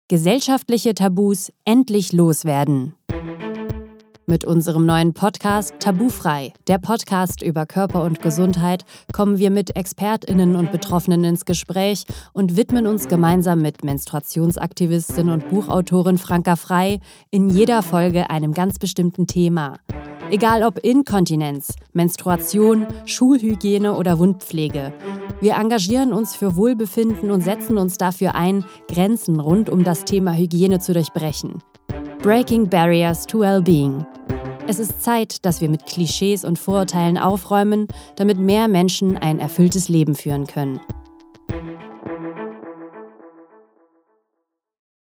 Gesellschaftliche Tabus endlich loswerden. Mit unserem neuen Podcast Tabufrei, der Podcast über Körper und Gesundheit, kommen wir mit ExpertInnen und Betroffenen ins Gespräch und widmen uns gemeinsam mit Menstruationsaktivistin und Buchautorin Franka Frei in jeder Folge einem ganz bestimmten Thema. Egal ob Inkontinenz, Menstruation, Schulhygiene oder Wundpflege. Wir engagieren uns für Wohlbefinden und setzen uns dafür ein, Grenzen rund um das Thema Hygiene zu durchbrechen. Breaking Barriers to Wellbeing. Es ist Zeit, dass wir mit Klischees und Vorurteilen aufräumen, damit mehr Menschen ein erfülltes Leben führen können.